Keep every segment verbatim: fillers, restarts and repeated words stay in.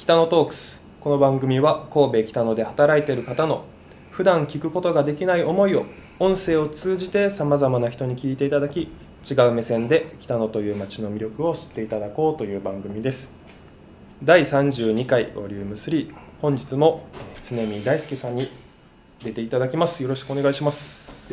北野トークス。この番組は神戸北野で働いている方の普段聞くことができない思いを音声を通じてさまざまな人に聞いていただき、違う目線で北野という街の魅力を知っていただこうという番組です。だいさんじゅうにかいボリュームスリー、本日も常見大輔さんに出ていただきます。よろしくお願いします。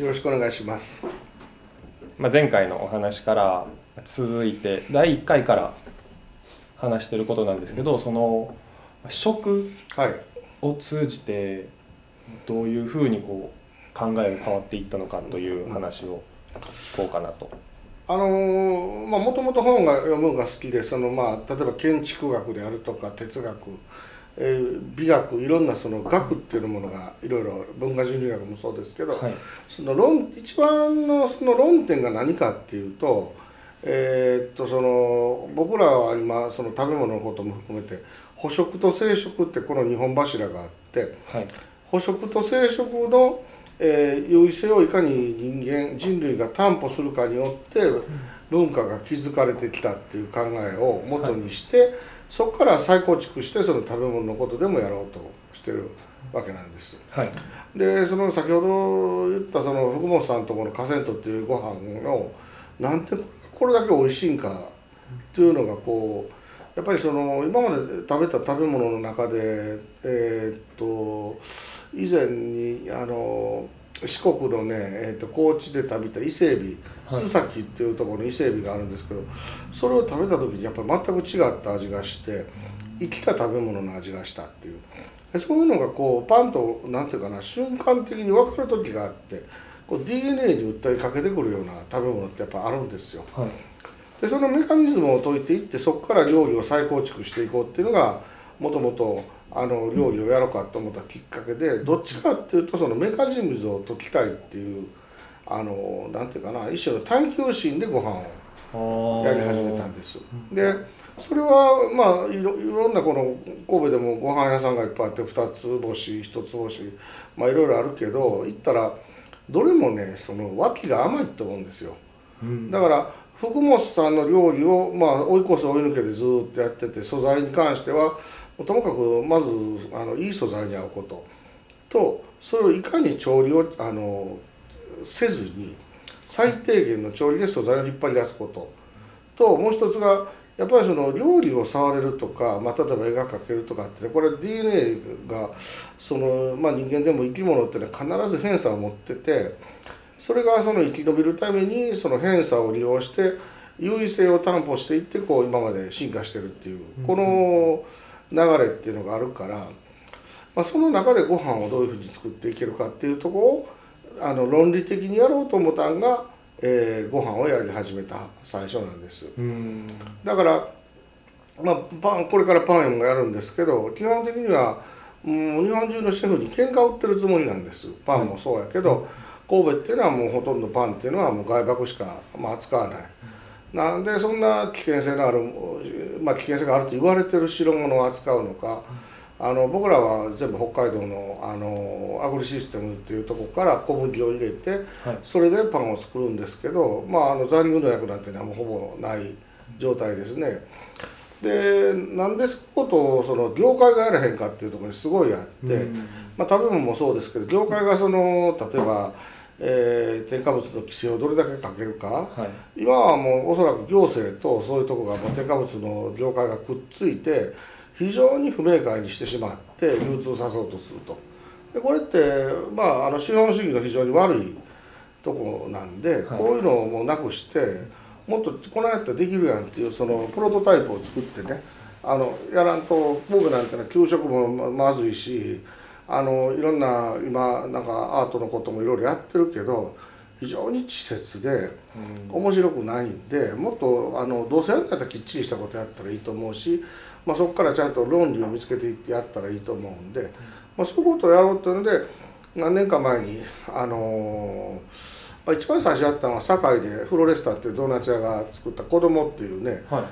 よろしくお願いします。 まあ、前回のお話から続いてだいいっかいから話していることなんですけど、その食を通じてどういうふうにこう考えが変わっていったのかという話を聞こうかなと。 あのー、まあもともと本が読むのが好きで、そのまあ例えば建築学であるとか哲学、えー、美学、いろんなその学っていうものがいろいろ文化人類学もそうですけど、はい、その論一番のその論点が何かっていうと、えー、っとその僕らは今その食べ物のことも含めて捕食と生殖ってこのにほん柱があって、はい、捕食と生殖の、えー、優位性をいかに人間人類が担保するかによって文化が築かれてきたっていう考えを元にして、はい、そこから再構築してその食べ物のことでもやろうとしてるわけなんです。はい、でその先ほど言ったその福本さんとこのカセントっていうご飯をなんてこれだけ美味しいんかっていうのがこうやっぱりその今まで食べた食べ物の中でえー、っと以前にあの四国のね、えー、っと高知で食べた伊勢海老、須崎っていうところの伊勢海老があるんですけど、それを食べた時にやっぱり全く違った味がして生きた食べ物の味がしたっていう、そういうのがこうパンとなんていうかな瞬間的に分かる時があって、こう ディーエヌエー に訴えかけてくるような食べ物ってやっぱあるんですよ。はい、でそのメカニズムを解いていって、そこから料理を再構築していこうっていうのがもともとあの料理をやろうかと思ったきっかけで、どっちかっていうとそのメカニズムを解きたいっていうあのなんていうかな一種の探求心でご飯をやり始めたんです。でそれはまあいろいろんなこの神戸でもご飯屋さんがいっぱいあってふたつ星ひとつ星まあいろいろあるけど、行ったらどれもねその脇が甘いと思うんですよ。だから福本さんの料理をまあ追い越す追い抜けでずっとやってて、素材に関してはともかくまずあのいい素材に合うことと、それをいかに調理をあのせずに最低限の調理で素材を引っ張り出すことと、もう一つがやっぱりその料理を触れるとか、まあ、例えば絵が描けるとかって、ね、これ ディーエヌエー がその、まあ、人間でも生き物っていうのは必ず偏差を持ってて、それがその生き延びるためにその偏差を利用して優位性を担保していってこう今まで進化してるっていうこの流れっていうのがあるから、まあ、その中でご飯をどういうふうに作っていけるかっていうところをあの論理的にやろうと思ったんが、えー、ご飯をやり始めた最初なんです。うんだから、まあ、パンこれからパンがやるんですけど、基本的にはもう日本中のシェフに喧嘩を売ってるつもりなんです。パンもそうやけど、神戸っていうのはもうほとんどパンっていうのはもう外泊しか、まあ、扱わない。なんでそんな危険性のある、まあ、危険性があると言われてる代物を扱うのか、あの僕らは全部北海道のあのアグリシステムっていうところから小麦を入れて、はい、それでパンを作るんですけど、まあ、あの残留農薬なんていうのはもうほぼない状態ですね。でなんでそことその業界がやらへんかっていうところにすごいあって、うんまあ、食べ物もそうですけど、業界がその例えば、えー、添加物の規制をどれだけかけるか、はい、今はもうおそらく行政とそういうところがもう添加物の業界がくっついて非常に不明快にしてしまって流通さそうとすると。でこれって、まあ、あの資本主義の非常に悪いところなんで、はい、こういうのをもうなくしてもっとこのやったらできるやんっていうそのプロトタイプを作ってね、あのやらんと僕なんてのは給食もまずいし、あのいろんな今なんかアートのこともいろいろやってるけど非常に稚拙で面白くないんで、もっとあのどうせやるんだったらきっちりしたことやったらいいと思うし、まあ、そこからちゃんと論理を見つけていってやったらいいと思うんで、まあ、そういうことをやろうというので何年か前にあのー、一番最初やったのは堺でフロレスタっていうドーナツ屋が作った子供っていうね、はい、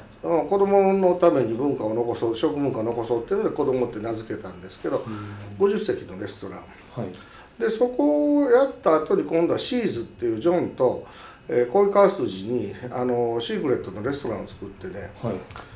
子供のために文化を残そう、食文化を残そうっていうので子供って名付けたんですけど、ごじゅっせきのレストラン、はい、でそこをやった後に今度はシーズっていうジョンと、えー、恋川筋にあのシークレットのレストランを作ってね、はい、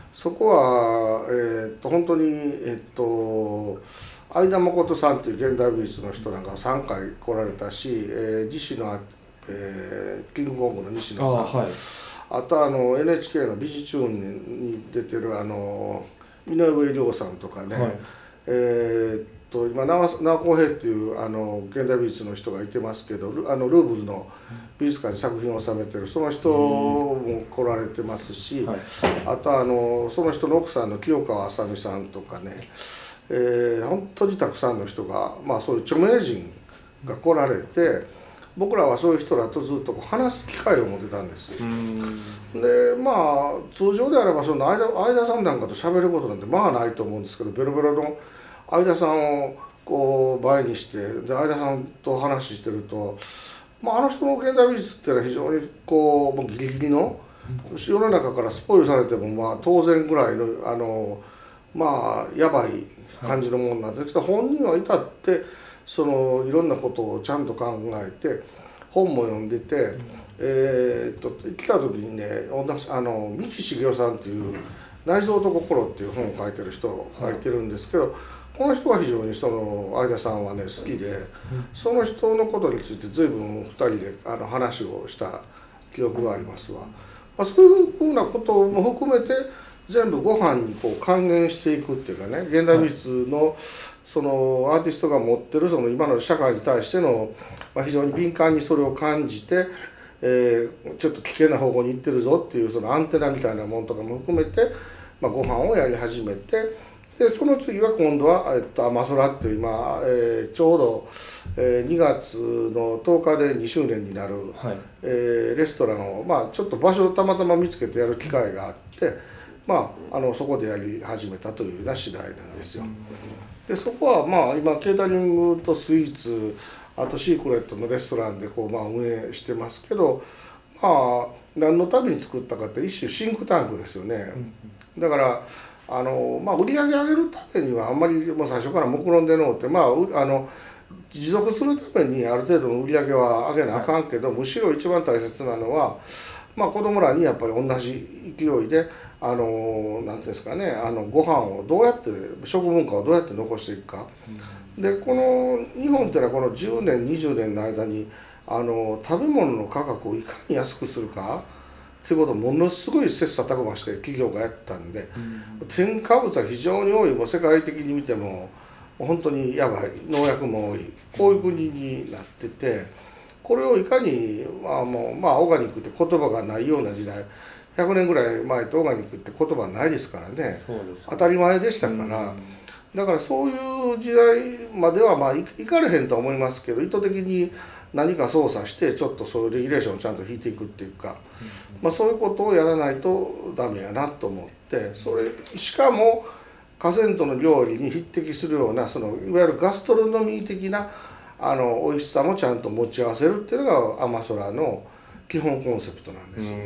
そこは、えー、っと本当にえっと相田誠さんという現代美術の人なんかさんかい来られたし、えー、西野、えー、キングコングの西野さん、あ、はい、あとあの エヌエイチケー の美術チューンに出てるあの井上涼さんとかね、はい、えー、っと今名和公平っていうあの現代美術の人がいてますけど、あのルーブルの美術館に作品を収めてるその人も来られてますし、はい、あとあのその人の奥さんの清川あさみさんとかね、えー、本当にたくさんの人が、まあ、そういう著名人が来られて、僕らはそういう人らとずっとこう話す機会を持てたんです。でまあ通常であればその相田、相田さんなんかと喋ることなんてまあないと思うんですけど、ベロベロの相田さんをこう前にしてで相田さんと話してると、まあ、あの人の現代美術っていうのは非常にこうもうギリギリの世の中からスポイルされてもまあ当然ぐらいのあのまあやばい感じのものなんですけど、本人は至ってそのいろんなことをちゃんと考えて本も読んでて、えー、っと来た時にね、あの三木茂雄さんっていう「内臓と心」っていう本を書いてる人がいてるんですけど、この人は非常にその相田さんはね好きで、その人のことについて随分ふたりであの話をした記憶がありますわ。まあ、そういうふうなことも含めて全部ご飯にこう還元していくっていうかね、現代美術のそのアーティストが持ってるその今の社会に対しての、まあ、非常に敏感にそれを感じて、えー、ちょっと危険な方向に行ってるぞっていうそのアンテナみたいなものとかも含めて、まあ、ご飯をやり始めて。でその次は今度は、えっと、アマソラっていう今、えー、ちょうど、えー、にがつのとおかでにしゅうねんになる、はい、えー、レストランを、まあ、ちょっと場所をたまたま見つけてやる機会があって、まあ、あのそこでやり始めたというような次第なんですよ。でそこはまあ今ケータリングとスイーツあとシークレットのレストランでこう、まあ、運営してますけど、まあ何のために作ったかって一種シンクタンクですよね。だからあのまあ、売り上げ上げるためにはあんまりもう最初から目論んでのって、まあ、あの持続するためにある程度の売り上げは上げなあかんけど、むしろ一番大切なのは、まあ、子供らにやっぱり同じ勢いであのなんていうんですかね、あのご飯をどうやって食文化をどうやって残していくか、うん、でこの日本っていうのはこのじゅうねんにじゅうねんの間にあの食べ物の価格をいかに安くするかっていうことをものすごい切磋琢磨して企業がやったんで、うん、添加物は非常に多い、もう世界的に見ても本当にやばい、農薬も多い、こういう国になってて、これをいかにまあもうまあオーガニックって言葉がないような時代、ひゃくねんぐらい前ってオーガニックって言葉ないですからね、当たり前でしたから、うん、だからそういう時代まではまあいかれへんとは思いますけど、意図的に何か操作してちょっとそういうレギュレーションをちゃんと引いていくっていうか、まあ、そういうことをやらないとダメやなと思って、それしかも河川との料理に匹敵するようなそのいわゆるガストロノミー的なあの美味しさもちゃんと持ち合わせるっていうのがアマソラの基本コンセプトなんですよ。うん、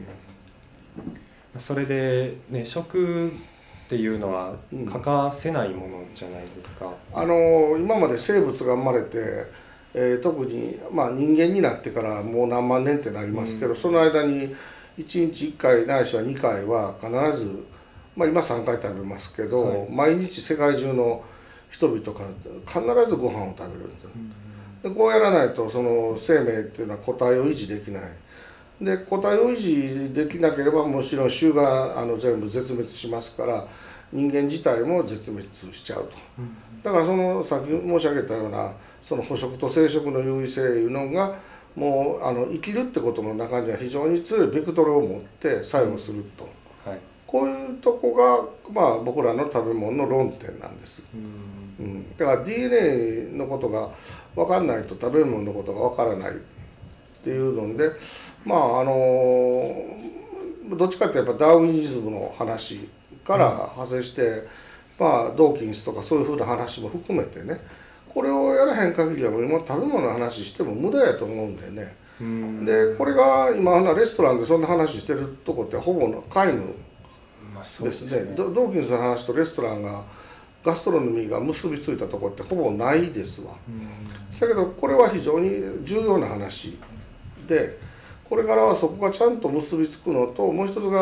それで、ね、食っていうのは欠かせないものじゃないですか。 うん、あの今まで生物が生まれてえー、特に、まあ、人間になってからもう何万年ってなりますけど、うん、その間にいちにちいっかいないしはにかいは必ず、まあ、今さんかい食べますけど、はい、毎日世界中の人々が必ずご飯を食べるんです、うん、でこうやらないとその生命っていうのは個体を維持できない。で個体を維持できなければもちろん種があの全部絶滅しますから人間自体も絶滅しちゃうと。だからそのさっき申し上げたようなその捕食と生殖の優位性いうのがもうあの生きるってことの中には非常に強いベクトルを持って作用すると、はい、こういうとこが、まあ、僕らの食べ物の論点なんです。うん、うん、だから ディーエヌエー のことが分かんないと食べ物のことが分からないっていうので、まああのどっちかってやっぱダーウィニズムの話から派生して、うん、まあドーキンスとかそういうふうな話も含めてね、これをやらへん限りは今食べ物の話しても無駄やと思うんでね。でこれが今レストランでそんな話してるとこってほぼ皆無ですね。ドーキンスの話とレストランがガストロノミーが結びついたとこってほぼないですわ。だけどこれは非常に重要な話で、これからはそこがちゃんと結びつくのと、もう一つが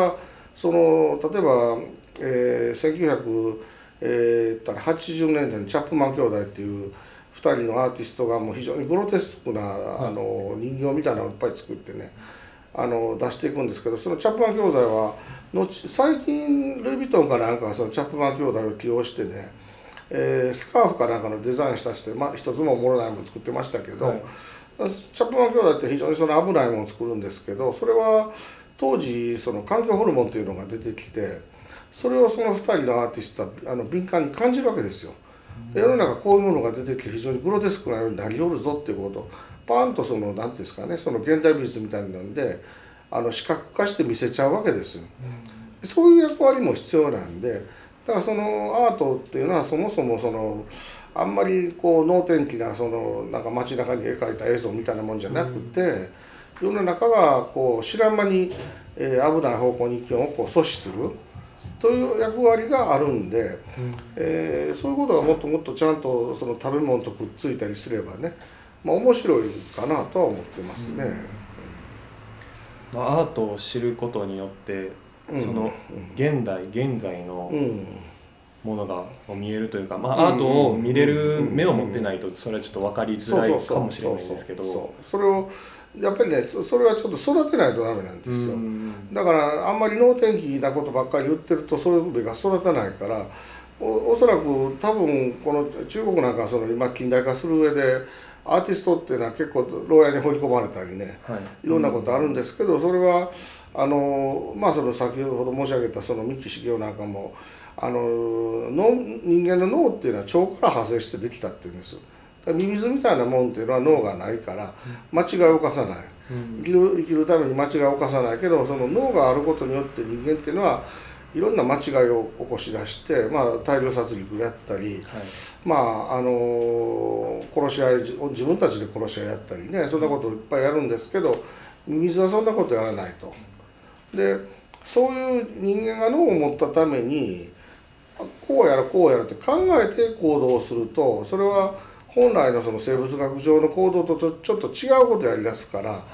その例えば、えー、せんきゅうひゃくはちじゅうねんだいにチャップマン兄弟っていうふたりのアーティストがもう非常にグロテスクなあの人形みたいなのをいっぱい作ってねあの出していくんですけど、そのチャップマン兄弟は後最近ルイ・ヴィトンかなんかがそのチャップマン兄弟を起用してね、えー、スカーフかなんかのデザインしたして、まあ、一つもおもろないもの作ってましたけど、はい、チャップマン兄弟って非常にその危ないものを作るんですけど、それは当時その環境ホルモンというのが出てきて、それをそのふたりのアーティストはあの敏感に感じるわけですよ。で世の中こういうものが出てきて非常にグロテスクなようになりおるぞっていうことをパーンとその何ていうんですかね、その現代美術みたいなんであの視覚化して見せちゃうわけですよ。そういう役割も必要なんで、だからそのアートっていうのはそもそもそのあんまりこう能天気なそのなんか街中に絵描いた映像みたいなもんじゃなくて、世の中がこう知らん間に、えー、危ない方向に行くのをこう阻止するという役割があるんで、うんえー、そういうことがもっともっとちゃんとその食べ物とくっついたりすればね、まあ、面白いかなとは思ってますね。 うんまあ、アートを知ることによって、うん、その現代現在のものが見えるというか、まあ、アートを見れる目を持ってないとそれはちょっと分かりづらいかもしれないんですけど、 それをやっぱりね、それはちょっと育てないとダメなんですよ。だからあんまり能天気なことばっかり言ってるとそういう部が育たないから、 お, おそらく多分この中国なんかその今近代化する上でアーティストっていうのは結構牢屋に放り込まれたりね、はい、いろんなことあるんですけど、それはあのまあその先ほど申し上げたその三木茂雄なんかもあの脳人間の脳っていうのは腸から派生してできたっていうんです。ミミズみたいなもんっていうのは脳がないから間違いを犯さない、生きる生きるために間違いを犯さないけど、その脳があることによって人間っていうのはいろんな間違いを起こし出して、まあ、大量殺戮やったり、はい、まああの殺し合い自分たちで殺し合いやったりね、そんなことをいっぱいやるんですけど、ミミズはそんなことやらないと。でそういう人間が脳を持ったためにこうやらこうやらって考えて行動をすると、それは本来のその生物学上の行動とちょっと違うことをやりだすから、はい、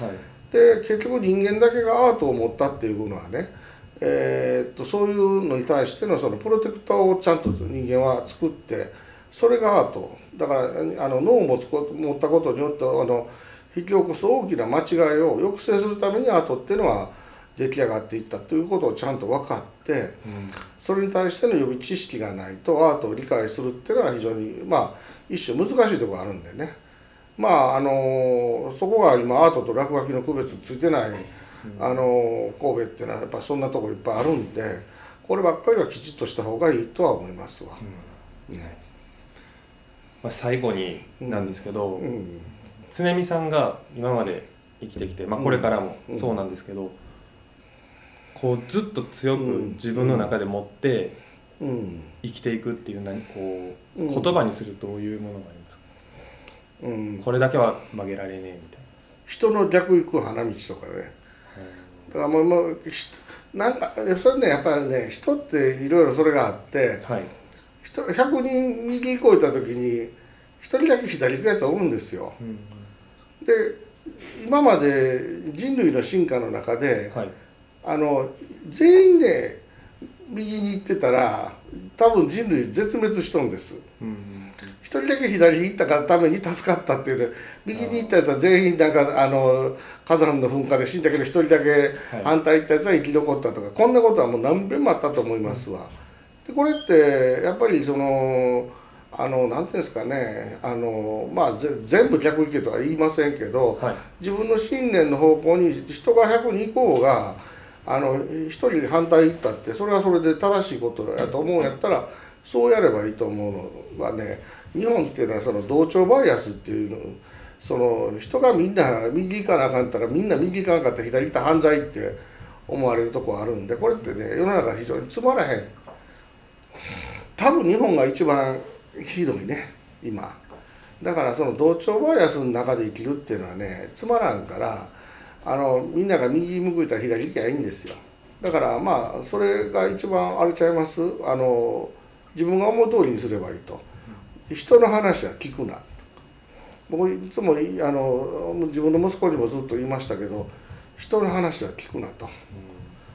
で結局人間だけがアートを持ったっていうのはね、えー、っとそういうのに対してのそのプロテクターをちゃんと人間は作って、それがアートだから、あの脳を持つこと持ったことによってあの引き起こす大きな間違いを抑制するためにアートっていうのは出来上がっていったということをちゃんと分かって、うん、それに対しての予備知識がないとアートを理解するっていうのは非常にまあ一種難しいところがあるんでね、まああのそこが今アートと落書きの区別ついてない、うん、あの神戸っていうのはやっぱそんなとこいっぱいあるんで、こればっかりはきちっとした方がいいとは思いますわ。うんうんまあ、最後になんですけど、うんうん、常見さんが今まで生きてきて、まあ、これからもそうなんですけど、うん、こうずっと強く自分の中で持って生きていくっていう何こう言葉にするとどういうものがありますか？うん、これだけは曲げられねえみたいな。 人の逆行く花道とかね、だからもう、もうなんかそれねやっぱりね、人っていろいろそれがあって、はい、ひゃくにん右越えた時にひとりだけ左行くやつはおるんですよ。うん、で今まで人類の進化の中で、はい、あの全員で右に行ってたら多分人類絶滅しとるんです。うん、一人だけ左に行ったがために助かったっていうね、右に行ったやつは全員なんかあの火山の噴火で死んだけど一人だけ反対行ったやつは生き残ったとか、はい、こんなことはもう何遍もあったと思いますわ。でこれってやっぱりそのあのなんていうんですかね、あのまあ全部逆行けとは言いませんけど、はい、自分の信念の方向に人がひゃくにん行こうがあの一人反対行ったってそれはそれで正しいことやと思うんやったらそうやればいいと思うのはね、日本っていうのはその同調バイアスっていうの、その人がみんな右行かなあかんったらみんな右行かなかったら左行ったら犯罪って思われるとこあるんで、これってね世の中非常につまらへん。多分日本が一番ひどいね今。だからその同調バイアスの中で生きるっていうのはねつまらんから、あのみんなが右向いたら左行きゃいいんですよ。だからまあそれが一番あれちゃいます。あの自分が思う通りにすればいいと。人の話は聞くな。僕いつもあの自分の息子にもずっと言いましたけど、人の話は聞くなと。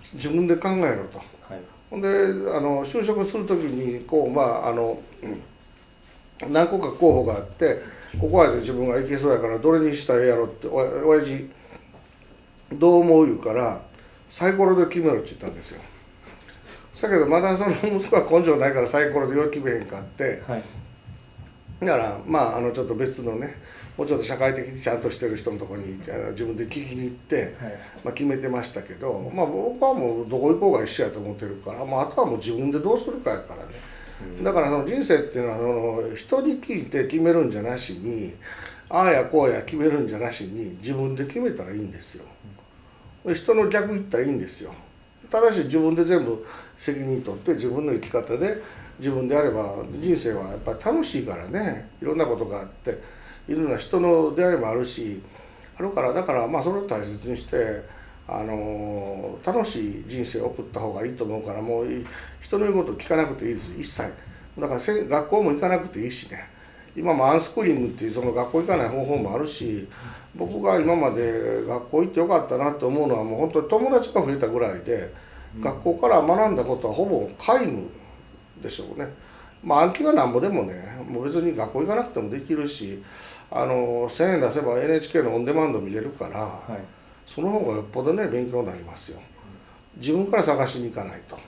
自分で考えろと。 はい、 ほんであの就職する時にこうまああの、うん、何個か候補があってここは自分がいけそうやからどれにしたらええやろってお親父どう思う言うからサイコロで決めろって言ったんですよ。だけどまだその息子は根性ないからサイコロでよう決めへんかって、はい、だからまああのちょっと別のねもうちょっと社会的にちゃんとしてる人のところに自分で聞きに行って、はい、まあ、決めてましたけど、まあ、僕はもうどこ行こうが一緒やと思ってるから、まあ、あとはもう自分でどうするかやからね、うん、だからその人生っていうのはその人に聞いて決めるんじゃなしにああやこうや決めるんじゃなしに自分で決めたらいいんですよ。人の逆言ったらいいんですよ。ただし自分で全部責任取って自分の生き方で自分であれば人生はやっぱり楽しいからね、いろんなことがあっていろんな人の出会いもあるしあるから、だからまあそれを大切にしてあの楽しい人生を送った方がいいと思うから、もう人の言うこと聞かなくていいです、一切。だから学校も行かなくていいしね、今もアンスクーリングっていうその学校行かない方法もあるし、僕が今まで学校行ってよかったなと思うのはもう本当に友達が増えたぐらいで、学校から学んだことはほぼ皆無でしょうね。まあ暗記はなんぼでもね、もう別に学校行かなくてもできるし、あのせんえん出せば エヌエイチケー のオンデマンド見れるから、はい、その方がよっぽどね勉強になりますよ。自分から探しに行かないと。はい、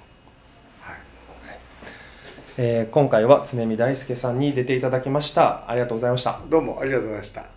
えー、今回は常見大輔さんに出ていただきました。ありがとうございました。 どうもありがとうございました。